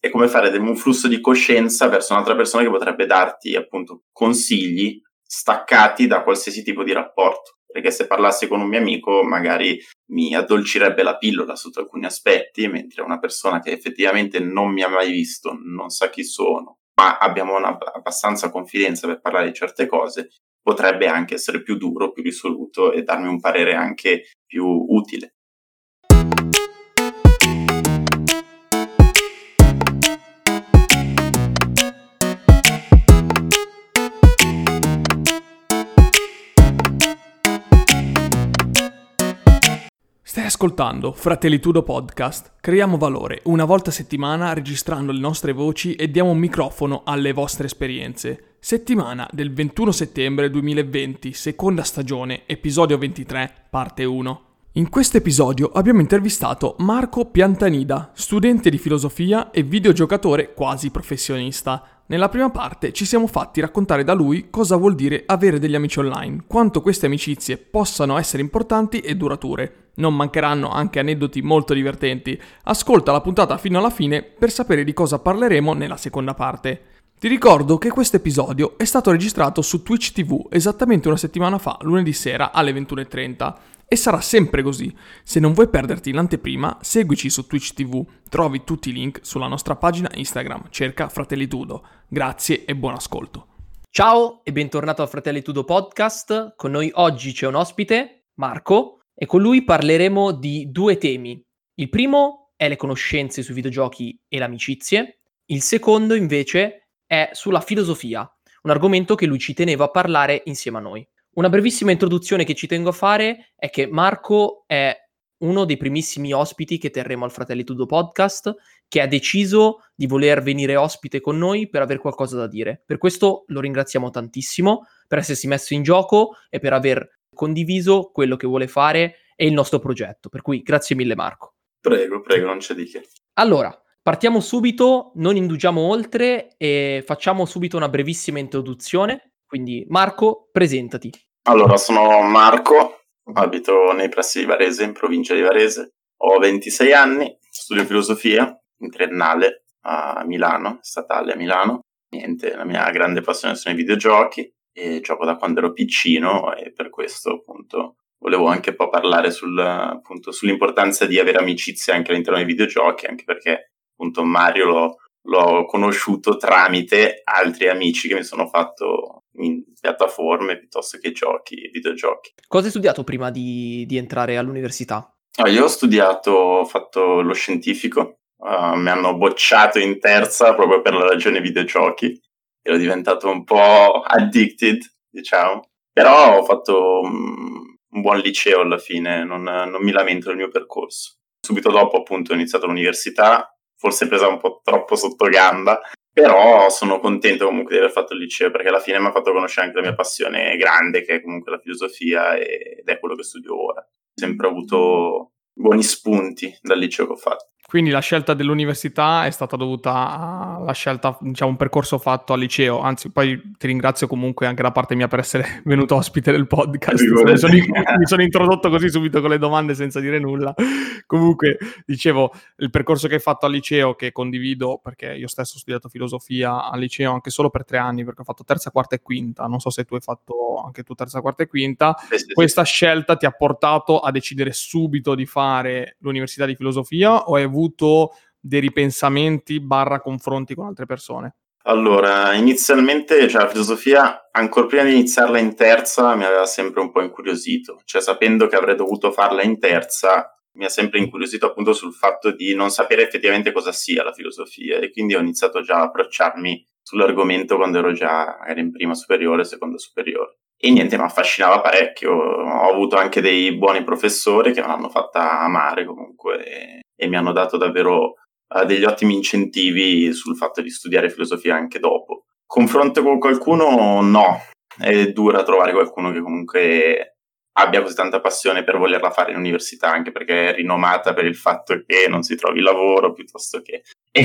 è come fare un flusso di coscienza verso un'altra persona che potrebbe darti appunto consigli staccati da qualsiasi tipo di rapporto, perché se parlassi con un mio amico magari mi addolcirebbe la pillola sotto alcuni aspetti, mentre una persona che effettivamente non mi ha mai visto, non sa chi sono, ma abbiamo abbastanza confidenza per parlare di certe cose, potrebbe anche essere più duro, più risoluto e darmi un parere anche più utile. Stai ascoltando Fratelli Tudo Podcast. Creiamo valore una volta a settimana registrando le nostre voci e diamo un microfono alle vostre esperienze. Settimana del 21 settembre 2020, seconda stagione, episodio 23, parte 1. In questo episodio abbiamo intervistato Marco Piantanida, studente di filosofia e videogiocatore quasi professionista. Nella prima parte ci siamo fatti raccontare da lui cosa vuol dire avere degli amici online, quanto queste amicizie possano essere importanti e durature. Non mancheranno anche aneddoti molto divertenti. Ascolta la puntata fino alla fine per sapere di cosa parleremo nella seconda parte. Ti ricordo che questo episodio è stato registrato su Twitch TV esattamente una settimana fa, lunedì sera alle 21:30. E sarà sempre così. Se non vuoi perderti l'anteprima, seguici su Twitch TV. Trovi tutti i link sulla nostra pagina Instagram. Cerca Fratelli Tudo. Grazie e buon ascolto. Ciao e bentornato a Fratelli Tudo Podcast. Con noi oggi c'è un ospite, Marco, e con lui parleremo di due temi. Il primo è le conoscenze sui videogiochi e le amicizie. Il secondo invece è sulla filosofia, un argomento che lui ci teneva a parlare insieme a noi. Una brevissima introduzione che ci tengo a fare è che Marco è uno dei primissimi ospiti che terremo al Fratelli Tudo Podcast, che ha deciso di voler venire ospite con noi per aver qualcosa da dire. Per questo lo ringraziamo tantissimo, per essersi messo in gioco e per aver condiviso quello che vuole fare e il nostro progetto. Per cui grazie mille Marco. Prego, non c'è di che. Allora, partiamo subito, non indugiamo oltre e facciamo subito una brevissima introduzione. Quindi Marco, presentati. Allora, sono Marco, abito nei pressi di Varese, in provincia di Varese. Ho 26 anni, studio filosofia in triennale a Milano, statale a Milano. Niente, la mia grande passione sono i videogiochi e gioco da quando ero piccino e per questo appunto volevo anche un po' parlare sull'importanza di avere amicizie anche all'interno dei videogiochi, anche perché appunto Mario l'ho conosciuto tramite altri amici che mi sono fatto in piattaforme piuttosto che videogiochi. Cosa hai studiato prima di entrare all'università? Io ho fatto lo scientifico, mi hanno bocciato in terza proprio per la ragione videogiochi, ero diventato un po' addicted, diciamo, però ho fatto un buon liceo alla fine, non mi lamento del mio percorso. Subito dopo appunto ho iniziato l'università, forse presa un po' troppo sotto gamba, però sono contento comunque di aver fatto il liceo perché alla fine mi ha fatto conoscere anche la mia passione grande che è comunque la filosofia ed è quello che studio ora. Ho sempre avuto buoni spunti dal liceo che ho fatto. Quindi la scelta dell'università è stata dovuta alla scelta, diciamo, un percorso fatto al liceo. Anzi, poi ti ringrazio comunque anche da parte mia per essere venuto ospite del podcast. Mi sono introdotto così subito con le domande senza dire nulla. Comunque, dicevo, il percorso che hai fatto al liceo, che condivido, perché io stesso ho studiato filosofia al liceo anche solo per 3 anni, perché ho fatto terza, quarta e quinta. Non so se tu hai fatto anche tu terza, quarta e quinta. Sì. Questa scelta ti ha portato a decidere subito di fare l'università di filosofia o hai avuto dei ripensamenti / confronti con altre persone? Allora, inizialmente, la filosofia, ancora prima di iniziarla in terza, mi aveva sempre un po' incuriosito. Sapendo che avrei dovuto farla in terza, mi ha sempre incuriosito appunto sul fatto di non sapere effettivamente cosa sia la filosofia e quindi ho iniziato già a approcciarmi sull'argomento quando ero già magari in prima superiore, seconda superiore. E niente, mi affascinava parecchio. Ho avuto anche dei buoni professori che me l'hanno fatta amare comunque e mi hanno dato davvero degli ottimi incentivi sul fatto di studiare filosofia anche dopo. Confronto con qualcuno? No, è dura trovare qualcuno che comunque abbia così tanta passione per volerla fare in università, anche perché è rinomata per il fatto che non si trovi lavoro piuttosto che... E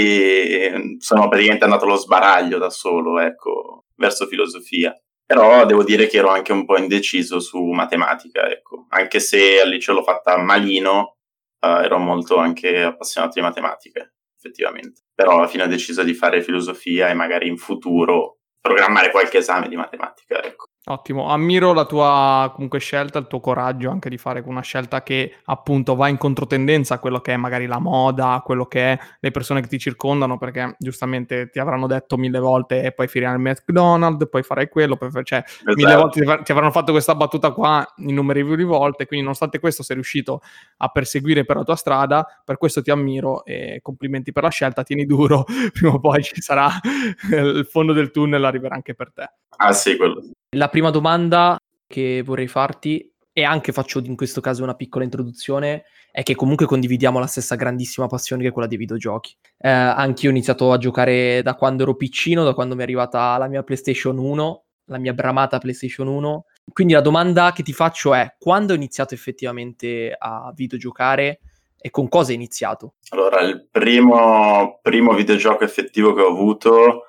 quindi sono praticamente andato allo sbaraglio da solo, verso filosofia. Però devo dire che ero anche un po' indeciso su matematica, anche se al liceo l'ho fatta malino, ero molto anche appassionato di matematica. effettivamente. Però alla fine ho deciso di fare filosofia e magari in futuro programmare qualche esame di matematica, ecco. Ottimo, ammiro la tua comunque scelta, il tuo coraggio anche di fare una scelta che appunto va in controtendenza a quello che è magari la moda, a quello che è le persone che ti circondano, perché giustamente ti avranno detto 1000 volte e poi finirai al McDonald's, poi farai quello, cioè Esatto. 1000 volte ti avranno fatto questa battuta qua innumerevoli volte, quindi nonostante questo sei riuscito a perseguire per la tua strada, per questo ti ammiro e complimenti per la scelta, tieni duro, prima o poi ci sarà il fondo del tunnel, arriverà anche per te. Ah sì, quello. La prima domanda che vorrei farti, e anche faccio in questo caso una piccola introduzione, è che comunque condividiamo la stessa grandissima passione che è quella dei videogiochi. Anch'io ho iniziato a giocare da quando ero piccino, da quando mi è arrivata la mia PlayStation 1, la mia bramata PlayStation 1. Quindi la domanda che ti faccio è: quando hai iniziato effettivamente a videgiocare e con cosa hai iniziato? Allora, il primo videogioco effettivo che ho avuto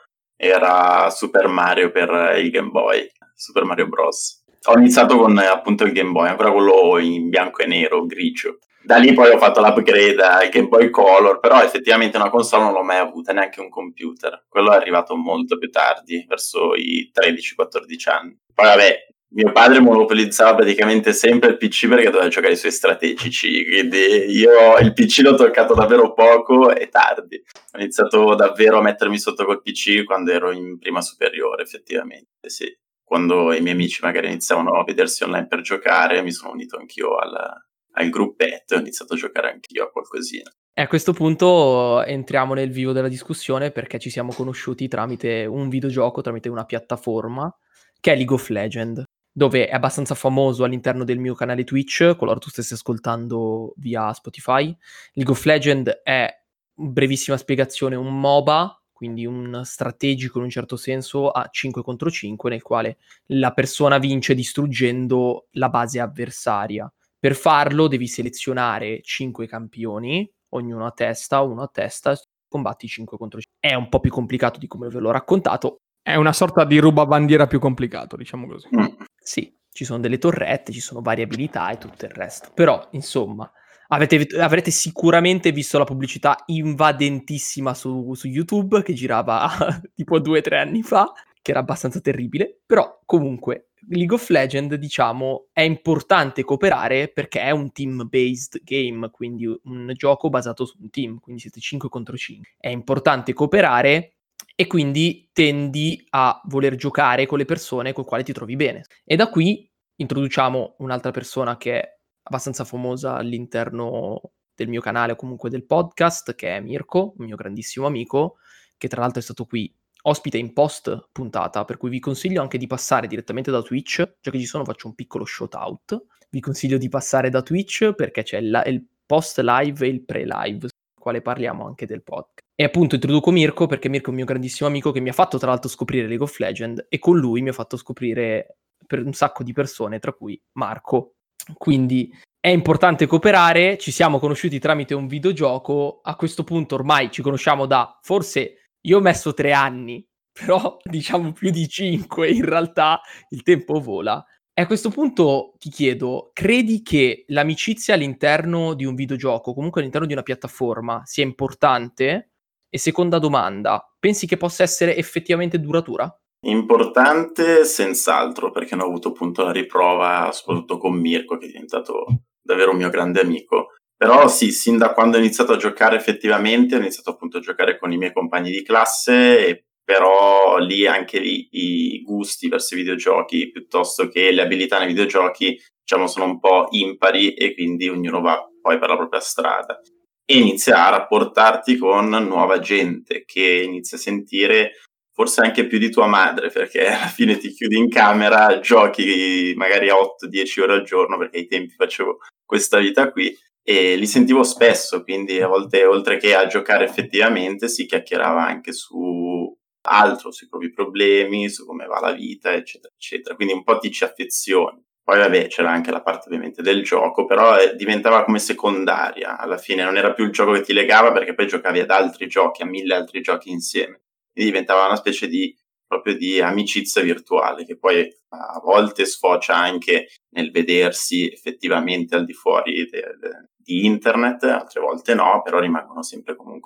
era Super Mario per il Game Boy, Super Mario Bros. Ho iniziato con appunto il Game Boy, ancora quello in bianco e nero, grigio. Da lì poi ho fatto l'upgrade al Game Boy Color, però effettivamente una console non l'ho mai avuta, neanche un computer. Quello è arrivato molto più tardi, verso i 13-14 anni. Poi vabbè, mio padre monopolizzava praticamente sempre il PC perché doveva giocare ai suoi strategici, quindi io il PC l'ho toccato davvero poco e tardi. Ho iniziato davvero a mettermi sotto col PC quando ero in prima superiore, effettivamente, sì. Quando i miei amici magari iniziavano a vedersi online per giocare, mi sono unito anch'io al gruppetto e ho iniziato a giocare anch'io a qualcosina. E a questo punto entriamo nel vivo della discussione, perché ci siamo conosciuti tramite un videogioco, tramite una piattaforma che è League of Legends, dove è abbastanza famoso all'interno del mio canale Twitch, qualora tu stessi ascoltando via Spotify. League of Legends è, brevissima spiegazione, un MOBA, quindi un strategico in un certo senso a 5 contro 5, nel quale la persona vince distruggendo la base avversaria. Per farlo devi selezionare 5 campioni, ognuno a testa, uno a testa, combatti 5 contro 5. È un po' più complicato di come ve l'ho raccontato. È una sorta di rubabandiera più complicato, diciamo così. Sì, ci sono delle torrette, ci sono variabilità e tutto il resto. Però, insomma, avrete sicuramente visto la pubblicità invadentissima su YouTube che girava tipo 2-3 anni fa, che era abbastanza terribile. Però, comunque, League of Legends, diciamo, è importante cooperare perché è un team-based game, quindi un gioco basato su un team, quindi siete 5 contro 5. È importante cooperare e quindi tendi a voler giocare con le persone con le quali ti trovi bene. E da qui introduciamo un'altra persona che è abbastanza famosa all'interno del mio canale o comunque del podcast, che è Mirko, un mio grandissimo amico, che tra l'altro è stato qui ospite in post puntata, per cui vi consiglio anche di passare direttamente da Twitch, già che ci sono faccio un piccolo shout out, vi consiglio di passare da Twitch perché c'è il post live e il pre-live, sul quale parliamo anche del podcast. E appunto introduco Mirko perché Mirko è un mio grandissimo amico che mi ha fatto tra l'altro scoprire League of Legends e con lui mi ha fatto scoprire per un sacco di persone, tra cui Marco. Quindi è importante cooperare, ci siamo conosciuti tramite un videogioco, a questo punto ormai ci conosciamo da, forse io ho messo 3 anni, però diciamo più di 5, in realtà il tempo vola. E a questo punto ti chiedo, credi che l'amicizia all'interno di un videogioco, comunque all'interno di una piattaforma, sia importante? E seconda domanda, pensi che possa essere effettivamente duratura? Importante senz'altro, perché ne ho avuto appunto la riprova, soprattutto con Mirko, che è diventato davvero un mio grande amico. Però sì, sin da quando ho iniziato a giocare effettivamente, ho iniziato appunto a giocare con i miei compagni di classe, e però lì anche lì i gusti verso i videogiochi, piuttosto che le abilità nei videogiochi, diciamo, sono un po' impari e quindi ognuno va poi per la propria strada. E inizia a rapportarti con nuova gente che inizia a sentire forse anche più di tua madre, perché alla fine ti chiudi in camera, giochi magari a 8-10 ore al giorno, perché ai tempi facevo questa vita qui, e li sentivo spesso, quindi a volte oltre che a giocare effettivamente si chiacchierava anche su altro, sui propri problemi, su come va la vita, eccetera, eccetera. Quindi un po' ti ci affezioni. Poi vabbè, c'era anche la parte ovviamente del gioco, però diventava come secondaria. Alla fine non era più il gioco che ti legava, perché poi giocavi ad altri giochi, a 1000 altri giochi insieme. Quindi diventava una specie di proprio di amicizia virtuale, che poi a volte sfocia anche nel vedersi effettivamente al di fuori di internet, altre volte no, però rimangono sempre comunque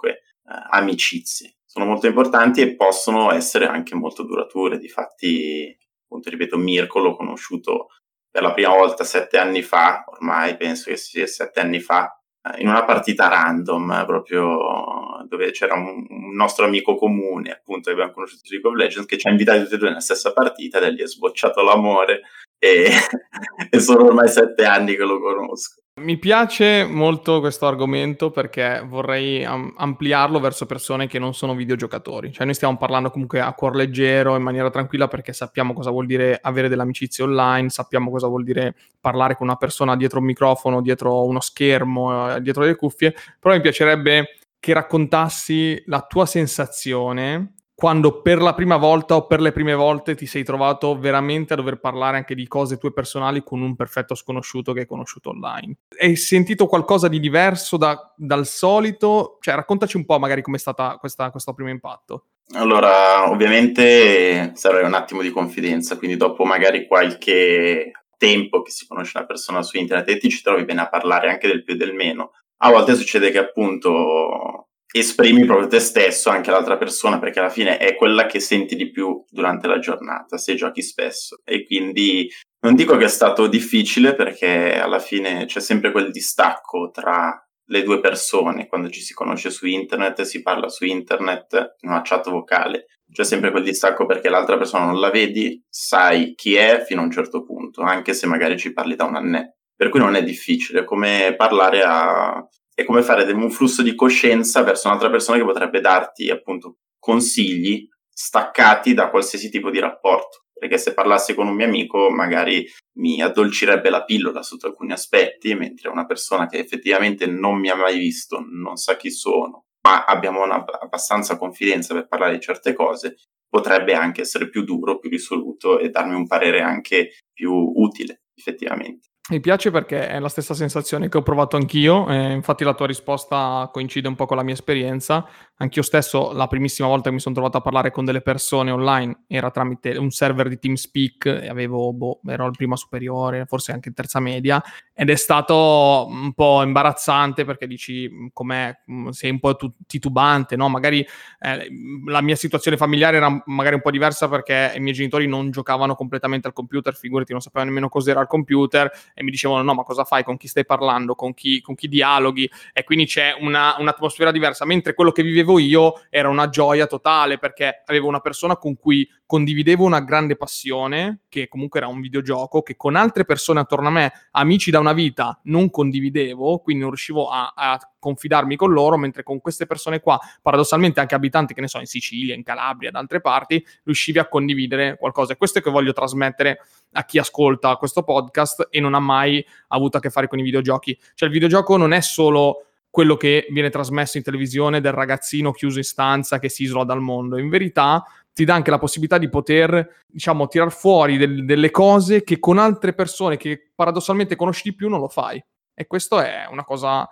amicizie. Sono molto importanti e possono essere anche molto durature. Difatti, appunto, ripeto, Mirko l'ho conosciuto per la prima volta 7 anni fa, ormai penso che sia 7 anni fa, in una partita random, proprio dove c'era un nostro amico comune, appunto, che abbiamo conosciuto su League of Legends, che ci ha invitati tutti e due nella stessa partita, e da lì è sbocciato l'amore, e, e sono ormai 7 anni che lo conosco. Mi piace molto questo argomento perché vorrei ampliarlo verso persone che non sono videogiocatori. Cioè noi stiamo parlando comunque a cuor leggero, in maniera tranquilla, perché sappiamo cosa vuol dire avere delle amicizie online, sappiamo cosa vuol dire parlare con una persona dietro un microfono, dietro uno schermo, dietro le cuffie, però mi piacerebbe che raccontassi la tua sensazione quando per la prima volta o per le prime volte ti sei trovato veramente a dover parlare anche di cose tue personali con un perfetto sconosciuto che hai conosciuto online. Hai sentito qualcosa di diverso dal solito? Cioè, raccontaci un po' magari com'è stata questo primo impatto. Allora, ovviamente serve un attimo di confidenza, quindi dopo magari qualche tempo che si conosce una persona su internet e ti ci trovi bene a parlare anche del più e del meno, a volte succede che appunto esprimi proprio te stesso, anche l'altra persona, perché alla fine è quella che senti di più durante la giornata, se giochi spesso. E quindi non dico che è stato difficile, perché alla fine c'è sempre quel distacco tra le due persone. Quando ci si conosce su internet, si parla su internet, in una chat vocale, c'è sempre quel distacco perché l'altra persona non la vedi, sai chi è fino a un certo punto, anche se magari ci parli da un annetto. Per cui non è difficile, è come parlare è come fare un flusso di coscienza verso un'altra persona che potrebbe darti appunto consigli staccati da qualsiasi tipo di rapporto. Perché se parlassi con un mio amico magari mi addolcirebbe la pillola sotto alcuni aspetti, mentre una persona che effettivamente non mi ha mai visto, non sa chi sono, ma abbiamo abbastanza confidenza per parlare di certe cose, potrebbe anche essere più duro, più risoluto e darmi un parere anche più utile, effettivamente. Mi piace perché è la stessa sensazione che ho provato anch'io, infatti la tua risposta coincide un po' con la mia esperienza. Anch'io stesso la primissima volta che mi sono trovato a parlare con delle persone online era tramite un server di TeamSpeak e ero al prima superiore, forse anche in terza media, ed è stato un po' imbarazzante perché dici com'è, sei un po' titubante, no? Magari la mia situazione familiare era magari un po' diversa perché i miei genitori non giocavano completamente al computer, figurati, non sapevano nemmeno cos'era il computer, e mi dicevano no, ma cosa fai, con chi stai parlando, con chi dialoghi, e quindi c'è un'atmosfera diversa, mentre quello che vivevo io era una gioia totale perché avevo una persona con cui condividevo una grande passione, che comunque era un videogioco, che con altre persone attorno a me, amici da una vita, non condividevo, quindi non riuscivo a confidarmi con loro, mentre con queste persone qua, paradossalmente anche abitanti, che ne so, in Sicilia, in Calabria, da altre parti, riuscivi a condividere qualcosa. E questo è che voglio trasmettere a chi ascolta questo podcast e non ha mai avuto a che fare con i videogiochi. Cioè il videogioco non è solo quello che viene trasmesso in televisione del ragazzino chiuso in stanza che si isola dal mondo. In verità ti dà anche la possibilità di poter, diciamo, tirar fuori delle cose che con altre persone che paradossalmente conosci di più non lo fai. E questo è una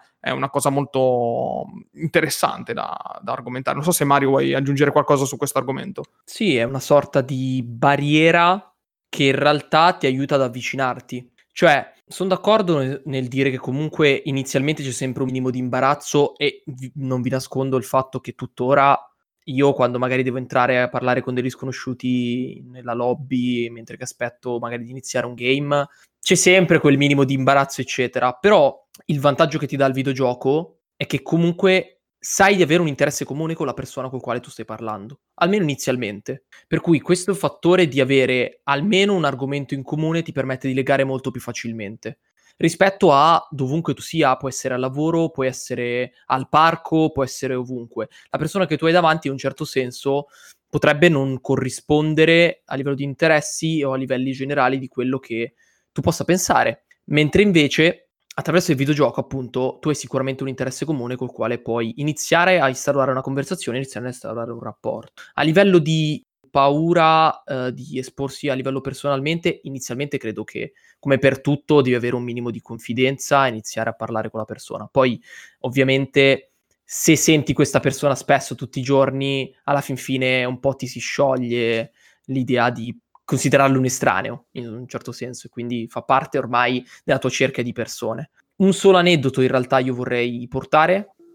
cosa molto interessante da argomentare. Non so se Mario vuoi aggiungere qualcosa su questo argomento. Sì, è una sorta di barriera che in realtà ti aiuta ad avvicinarti. Cioè, sono d'accordo nel dire che comunque inizialmente c'è sempre un minimo di imbarazzo e non vi nascondo il fatto che tuttora io quando magari devo entrare a parlare con degli sconosciuti nella lobby mentre che aspetto magari di iniziare un game, c'è sempre quel minimo di imbarazzo eccetera, però il vantaggio che ti dà il videogioco è che comunque sai di avere un interesse comune con la persona con la quale tu stai parlando, almeno inizialmente. Per cui questo fattore di avere almeno un argomento in comune ti permette di legare molto più facilmente. Rispetto a dovunque tu sia, può essere al lavoro, può essere al parco, può essere ovunque. La persona che tu hai davanti in un certo senso potrebbe non corrispondere a livello di interessi o a livelli generali di quello che tu possa pensare. Mentre invece attraverso il videogioco, appunto, tu hai sicuramente un interesse comune col quale puoi iniziare a instaurare una conversazione, iniziare a instaurare un rapporto. A livello di paura di esporsi a livello personalmente, inizialmente credo che, come per tutto, devi avere un minimo di confidenza e iniziare a parlare con la persona. Poi, ovviamente, se senti questa persona spesso, tutti i giorni, alla fin fine un po' ti si scioglie l'idea di considerarlo un estraneo, in un certo senso, e quindi fa parte ormai della tua cerchia di persone. Un solo aneddoto in realtà io vorrei portare,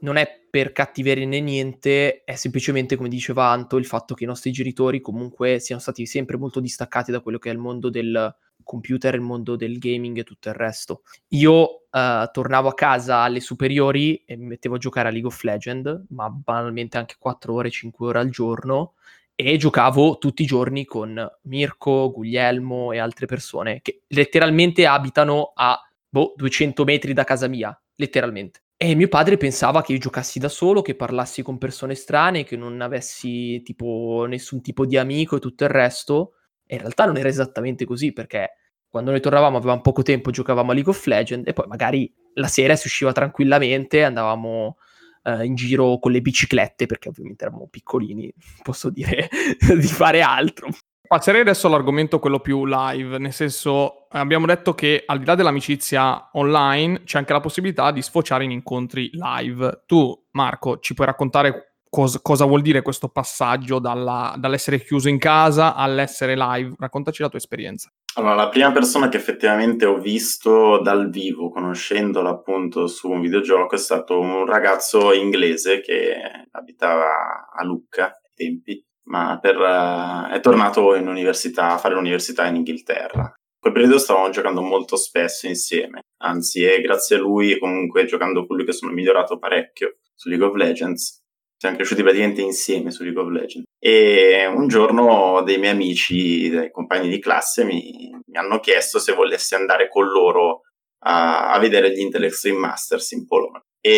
non è per cattiveria né niente, è semplicemente, come diceva Anto, il fatto che i nostri genitori comunque siano stati sempre molto distaccati da quello che è il mondo del computer, il mondo del gaming e tutto il resto. Io tornavo a casa alle superiori e mi mettevo a giocare a League of Legends, ma banalmente anche 4 ore, 5 ore al giorno, e giocavo tutti i giorni con Mirko, Guglielmo e altre persone che letteralmente abitano a 200 metri da casa mia, letteralmente. E mio padre pensava che io giocassi da solo, che parlassi con persone strane, che non avessi tipo nessun tipo di amico e tutto il resto. E in realtà non era esattamente così, perché quando noi tornavamo avevamo poco tempo, giocavamo a League of Legends e poi magari la sera si usciva tranquillamente, andavamo in giro con le biciclette, perché ovviamente eravamo piccolini, non posso dire di fare altro. Passerei adesso all'argomento quello più live, nel senso abbiamo detto che al di là dell'amicizia online c'è anche la possibilità di sfociare in incontri live. Tu, Marco, ci puoi raccontare cosa vuol dire questo passaggio dall'essere chiuso in casa all'essere live? Raccontaci la tua esperienza. Allora, la prima persona che effettivamente ho visto dal vivo, conoscendola appunto su un videogioco, è stato un ragazzo inglese che abitava a Lucca ai tempi, ma è tornato in università a fare l'università in Inghilterra. In quel periodo stavamo giocando molto spesso insieme, anzi, e grazie a lui, comunque giocando con lui, che sono migliorato parecchio su League of Legends. Siamo cresciuti praticamente insieme su League of Legends. E un giorno dei miei amici, dei compagni di classe, mi hanno chiesto se volessi andare con loro a vedere gli Intel Extreme Masters in Polonia.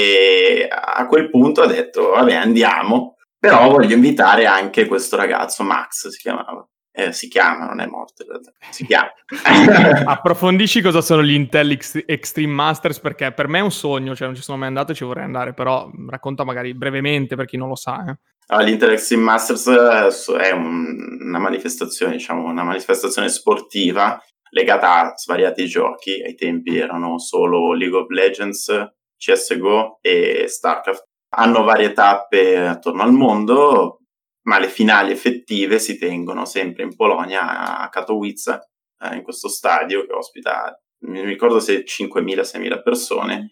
E a quel punto ho detto, vabbè, andiamo, però voglio invitare anche questo ragazzo, Max si chiamava. Si chiama, non è morto in realtà, si chiama. Approfondisci cosa sono gli Intel Extreme Masters, perché per me è un sogno, cioè non ci sono mai andato e ci vorrei andare, però racconta magari brevemente per chi non lo sa. L'Intel Extreme Masters è una manifestazione, diciamo, una manifestazione sportiva legata a svariati giochi. Ai tempi erano solo League of Legends, CSGO e StarCraft. Hanno varie tappe attorno al mondo, ma le finali effettive si tengono sempre in Polonia, a Katowice, in questo stadio che ospita, non mi ricordo se 5.000-6.000 persone,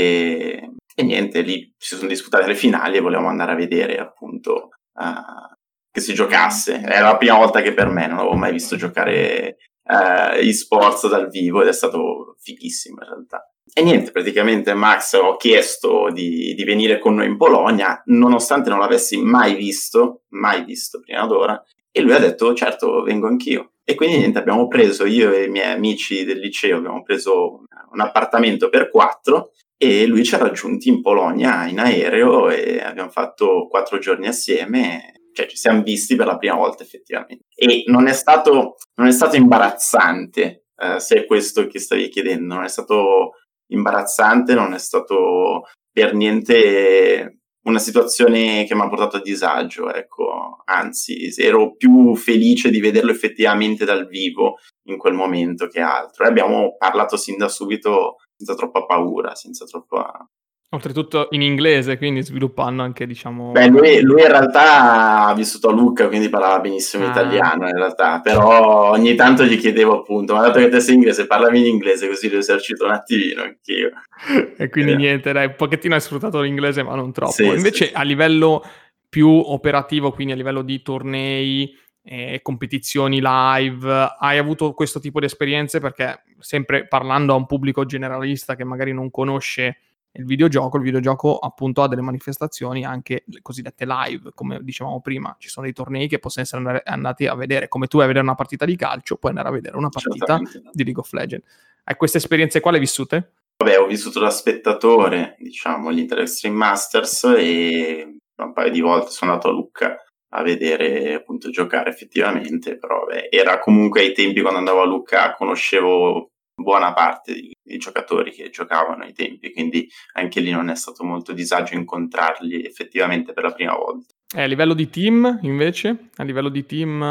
e niente, lì si sono disputate le finali e volevamo andare a vedere appunto che si giocasse. Era la prima volta che per me non avevo mai visto giocare e-sports dal vivo ed è stato fighissimo in realtà. E niente, praticamente Max ho chiesto di venire con noi in Polonia, nonostante non l'avessi mai visto prima d'ora, e lui ha detto certo, vengo anch'io. E quindi niente, abbiamo preso, io e i miei amici del liceo, abbiamo preso un appartamento per 4 e lui ci ha raggiunti in Polonia in aereo e abbiamo fatto 4 giorni assieme, cioè ci siamo visti per la prima volta effettivamente. E non è stato imbarazzante, se è questo che stavi chiedendo, non è stato imbarazzante, non è stato per niente una situazione che mi ha portato a disagio, ecco, anzi ero più felice di vederlo effettivamente dal vivo in quel momento che altro. E abbiamo parlato sin da subito senza troppa paura, senza troppa... Oltretutto in inglese, quindi sviluppando anche, diciamo... Beh, lui in realtà ha vissuto a Lucca, quindi parlava benissimo italiano in realtà, però ogni tanto gli chiedevo appunto, ma dato che te sei inglese, parlami in inglese così lo esercito un attimino anch'io. E quindi niente, dai, un pochettino hai sfruttato l'inglese, ma non troppo. Sì, Invece sì. a livello più operativo, quindi a livello di tornei, competizioni live, hai avuto questo tipo di esperienze? Perché sempre parlando a un pubblico generalista che magari non conosce il videogioco appunto ha delle manifestazioni anche le cosiddette live, come dicevamo prima. Ci sono dei tornei che possono essere andati a vedere, come tu vai a vedere una partita di calcio, puoi andare a vedere una partita di League of Legends. Hai queste esperienze qua, le hai vissute? Vabbè, ho vissuto da spettatore, diciamo, l'Inter Extreme Masters e un paio di volte sono andato a Lucca a vedere appunto giocare effettivamente, però vabbè, era comunque ai tempi quando andavo a Lucca conoscevo buona parte di giocatori che giocavano ai tempi, quindi anche lì non è stato molto disagio incontrarli effettivamente per la prima volta. A livello di team, invece? A livello di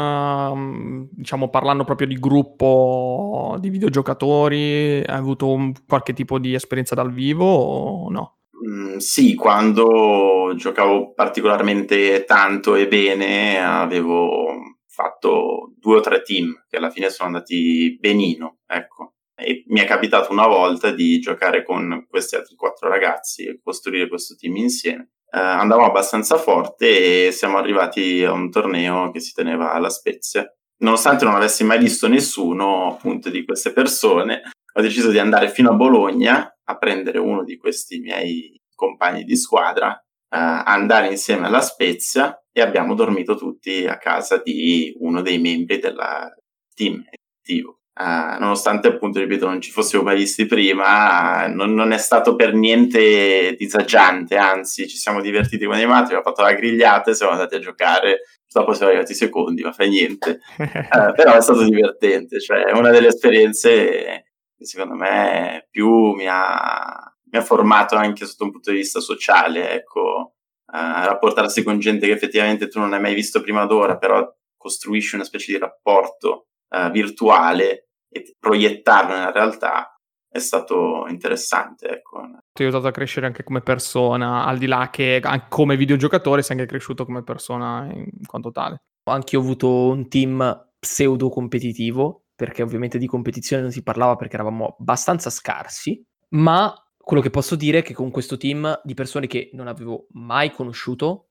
team, diciamo parlando proprio di gruppo di videogiocatori, hai avuto qualche tipo di esperienza dal vivo o no? Sì, quando giocavo particolarmente tanto e bene avevo fatto 2 o 3 team che alla fine sono andati benino, ecco. E mi è capitato una volta di giocare con questi altri 4 ragazzi e costruire questo team insieme. Andavamo abbastanza forte e siamo arrivati a un torneo che si teneva alla Spezia. Nonostante non avessi mai visto nessuno appunto di queste persone, ho deciso di andare fino a Bologna a prendere uno di questi miei compagni di squadra, andare insieme alla Spezia, e abbiamo dormito tutti a casa di uno dei membri del team effettivo. Nonostante appunto, ripeto, non ci fossimo mai visti prima, non è stato per niente disagiante, anzi ci siamo divertiti come dei matti, abbiamo fatto la grigliata e siamo andati a giocare, dopo siamo arrivati secondi, ma fa niente. Però è stato divertente, cioè è una delle esperienze che secondo me più mi ha formato anche sotto un punto di vista sociale, ecco, rapportarsi con gente che effettivamente tu non hai mai visto prima d'ora, però costruisci una specie di rapporto virtuale e proiettarlo nella realtà è stato interessante, ecco. Ti ha aiutato a crescere anche come persona, al di là che come videogiocatore sei anche cresciuto come persona in quanto tale. Anche io ho avuto un team pseudo competitivo, perché ovviamente di competizione non si parlava perché eravamo abbastanza scarsi, ma quello che posso dire è che con questo team di persone che non avevo mai conosciuto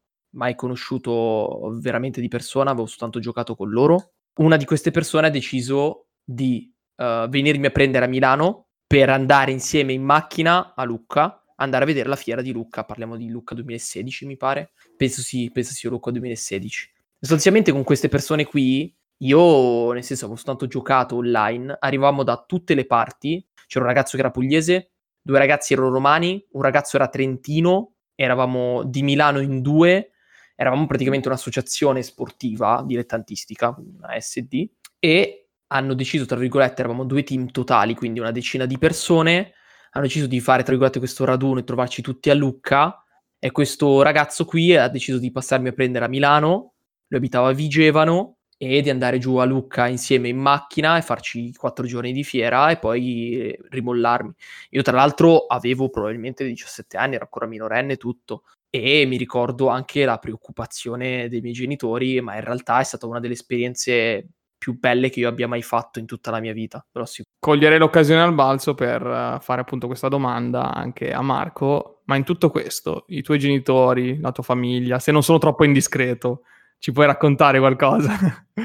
veramente di persona, avevo soltanto giocato con loro, una di queste persone ha deciso di venirmi a prendere a Milano per andare insieme in macchina a Lucca, andare a vedere la fiera di Lucca. Parliamo di Lucca 2016, mi pare. Penso sia Lucca 2016. Sostanzialmente con queste persone qui, io nel senso avevo soltanto giocato online, arrivavamo da tutte le parti, c'era un ragazzo che era pugliese, 2 ragazzi erano romani, un ragazzo era trentino, eravamo di Milano in 2, eravamo praticamente un'associazione sportiva dilettantistica, una SD, e hanno deciso, tra virgolette, eravamo 2 team totali, quindi una decina di persone, hanno deciso di fare, tra virgolette, questo raduno e trovarci tutti a Lucca, e questo ragazzo qui ha deciso di passarmi a prendere a Milano, lui abitava a Vigevano, e di andare giù a Lucca insieme in macchina e farci 4 giorni di fiera e poi rimollarmi. Io tra l'altro avevo probabilmente 17 anni, ero ancora minorenne tutto, e mi ricordo anche la preoccupazione dei miei genitori, ma in realtà è stata una delle esperienze più belle che io abbia mai fatto in tutta la mia vita. Però sì. Coglierei l'occasione al balzo per fare appunto questa domanda anche a Marco, ma in tutto questo, i tuoi genitori, la tua famiglia, se non sono troppo indiscreto, ci puoi raccontare qualcosa?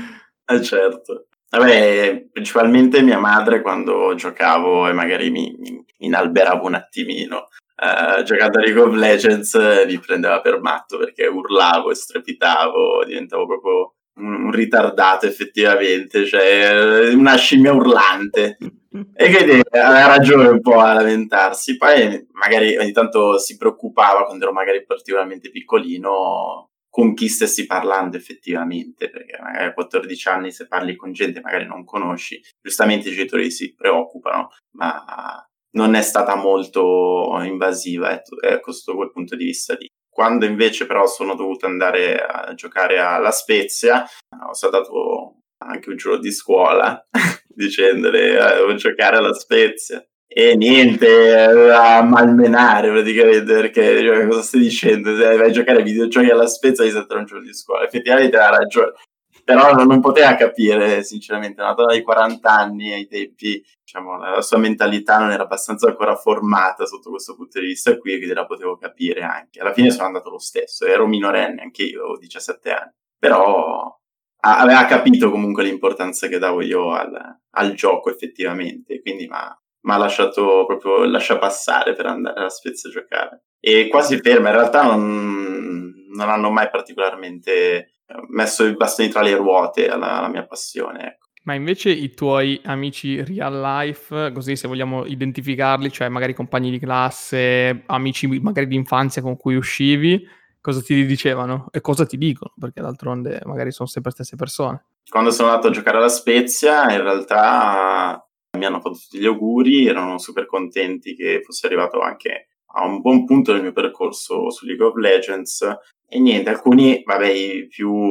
Certo. Vabbè, principalmente mia madre, quando giocavo e magari mi inalberavo un attimino, giocando a League of Legends, mi prendeva per matto perché urlavo e strepitavo, diventavo proprio un ritardato effettivamente, cioè una scimmia urlante. E quindi aveva ragione un po' a lamentarsi. Poi magari ogni tanto si preoccupava, quando ero magari particolarmente piccolino, con chi stessi parlando effettivamente, perché magari a 14 anni, se parli con gente magari non conosci, giustamente i genitori si preoccupano, ma non è stata molto invasiva, ecco, sotto quel punto di vista lì. Quando invece però sono dovuto andare a giocare alla Spezia, ho saltato anche un giorno di scuola dicendole devo giocare alla Spezia, e niente, a malmenare praticamente, perché cioè, cosa stai dicendo? Se vai a giocare ai videogiochi alla Spezia devi saltare un giorno di scuola. Effettivamente ha ragione, però non poteva capire, sinceramente, una donna di 40 anni ai tempi, diciamo, la sua mentalità non era abbastanza ancora formata sotto questo punto di vista qui, quindi la potevo capire anche. Alla fine sono andato lo stesso, ero minorenne, anche io avevo 17 anni, però aveva capito comunque l'importanza che davo io al gioco effettivamente, quindi mi ha lasciato proprio passare per andare alla Spezia a giocare. E quasi ferma, in realtà non hanno mai particolarmente messo i bastoni tra le ruote alla mia passione, ecco. Ma invece i tuoi amici real life, così se vogliamo identificarli, cioè magari compagni di classe, amici magari di infanzia con cui uscivi, cosa ti dicevano e cosa ti dicono? Perché d'altronde magari sono sempre le stesse persone. Quando sono andato a giocare alla Spezia, in realtà mi hanno fatto tutti gli auguri, erano super contenti che fossi arrivato anche a un buon punto del mio percorso su League of Legends, e niente, alcuni, vabbè, i più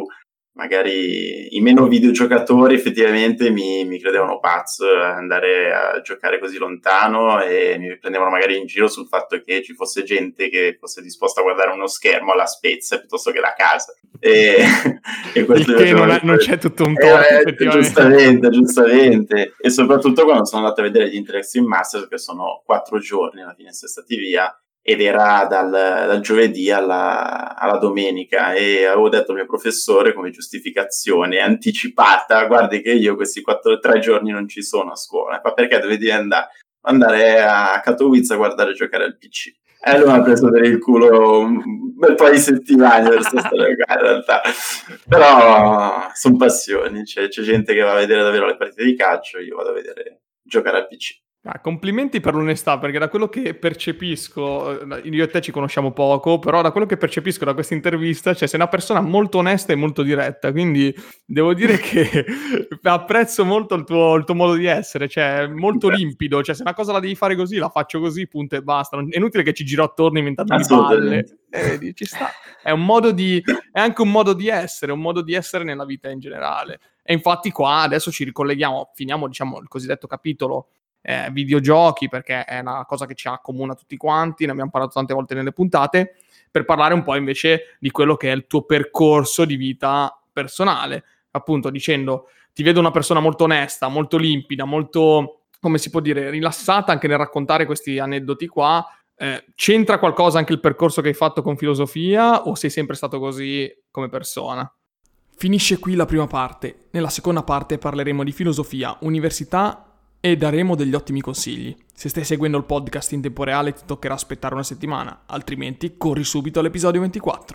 magari i meno videogiocatori effettivamente mi credevano pazzo andare a giocare così lontano, e mi prendevano magari in giro sul fatto che ci fosse gente che fosse disposta a guardare uno schermo alla Spezia piuttosto che la casa. E questo che non c'è tutto un torto, giustamente. E soprattutto quando sono andato a vedere gli Interextreme Masters, che sono 4 giorni alla fine siamo stati via, ed era dal giovedì alla domenica, e avevo detto al mio professore come giustificazione anticipata: guardi che io questi 3 giorni non ci sono a scuola. Ma perché dovevi andare a Katowice a guardare giocare al PC? E lui mi ha preso per il culo un bel po' di settimane per questa storia qua, in realtà. Però sono passioni, c'è gente che va a vedere davvero le partite di calcio, io vado a vedere giocare al PC. Complimenti per l'onestà, perché da quello che percepisco, io e te ci conosciamo poco, però da quello che percepisco da questa intervista, cioè sei una persona molto onesta e molto diretta, quindi devo dire che apprezzo molto il tuo modo di essere, cioè molto limpido, cioè se una cosa la devi fare così, la faccio così, punto e basta. È inutile che ci giro attorno inventandomi balle, ci sta. È anche un modo di essere nella vita in generale. E infatti qua adesso ci ricolleghiamo, finiamo diciamo il cosiddetto capitolo videogiochi, perché è una cosa che ci accomuna tutti quanti, ne abbiamo parlato tante volte nelle puntate, per parlare un po' invece di quello che è il tuo percorso di vita personale, appunto dicendo: ti vedo una persona molto onesta, molto limpida, molto, come si può dire, rilassata anche nel raccontare questi aneddoti qua. C'entra qualcosa anche il percorso che hai fatto con filosofia, o sei sempre stato così come persona? Finisce qui la prima parte. Nella seconda parte parleremo di filosofia, università e daremo degli ottimi consigli. Se stai seguendo il podcast in tempo reale ti toccherà aspettare una settimana, altrimenti corri subito all'episodio 24.